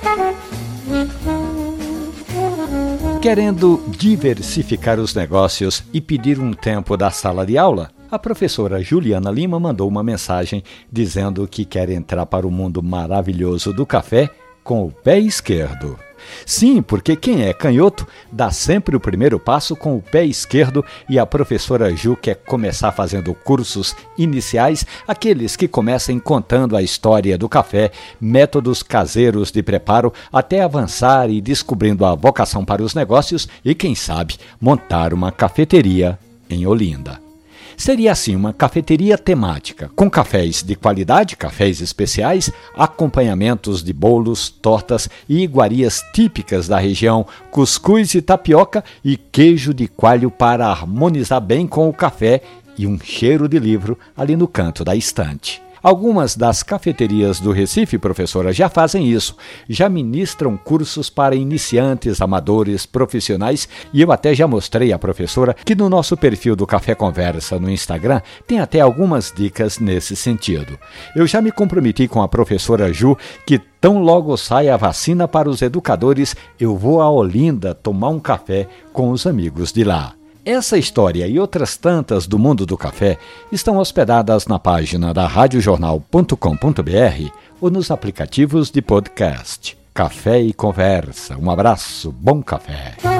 Querendo diversificar os negócios e pedir um tempo da sala de aula, a professora Juliana Lima mandou uma mensagem dizendo que quer entrar para o mundo maravilhoso do café com o pé esquerdo. Sim, porque quem é canhoto dá sempre o primeiro passo com o pé esquerdo e a professora Ju quer começar fazendo cursos iniciais, aqueles que comecem contando a história do café, métodos caseiros de preparo, até avançar e descobrindo a vocação para os negócios e, quem sabe, montar uma cafeteria em Olinda. Seria assim uma cafeteria temática, com cafés de qualidade, cafés especiais, acompanhamentos de bolos, tortas e iguarias típicas da região, cuscuz e tapioca e queijo de coalho para harmonizar bem com o café e um cheiro de livro ali no canto da estante. Algumas das cafeterias do Recife, professora, já fazem isso, já ministram cursos para iniciantes, amadores, profissionais e eu até já mostrei à professora que no nosso perfil do Café Conversa no Instagram tem até algumas dicas nesse sentido. Eu já me comprometi com a professora Ju que tão logo saia a vacina para os educadores, eu vou a Olinda tomar um café com os amigos de lá. Essa história e outras tantas do mundo do café estão hospedadas na página da radiojornal.com.br ou nos aplicativos de podcast. Café e Conversa. Um abraço, bom café.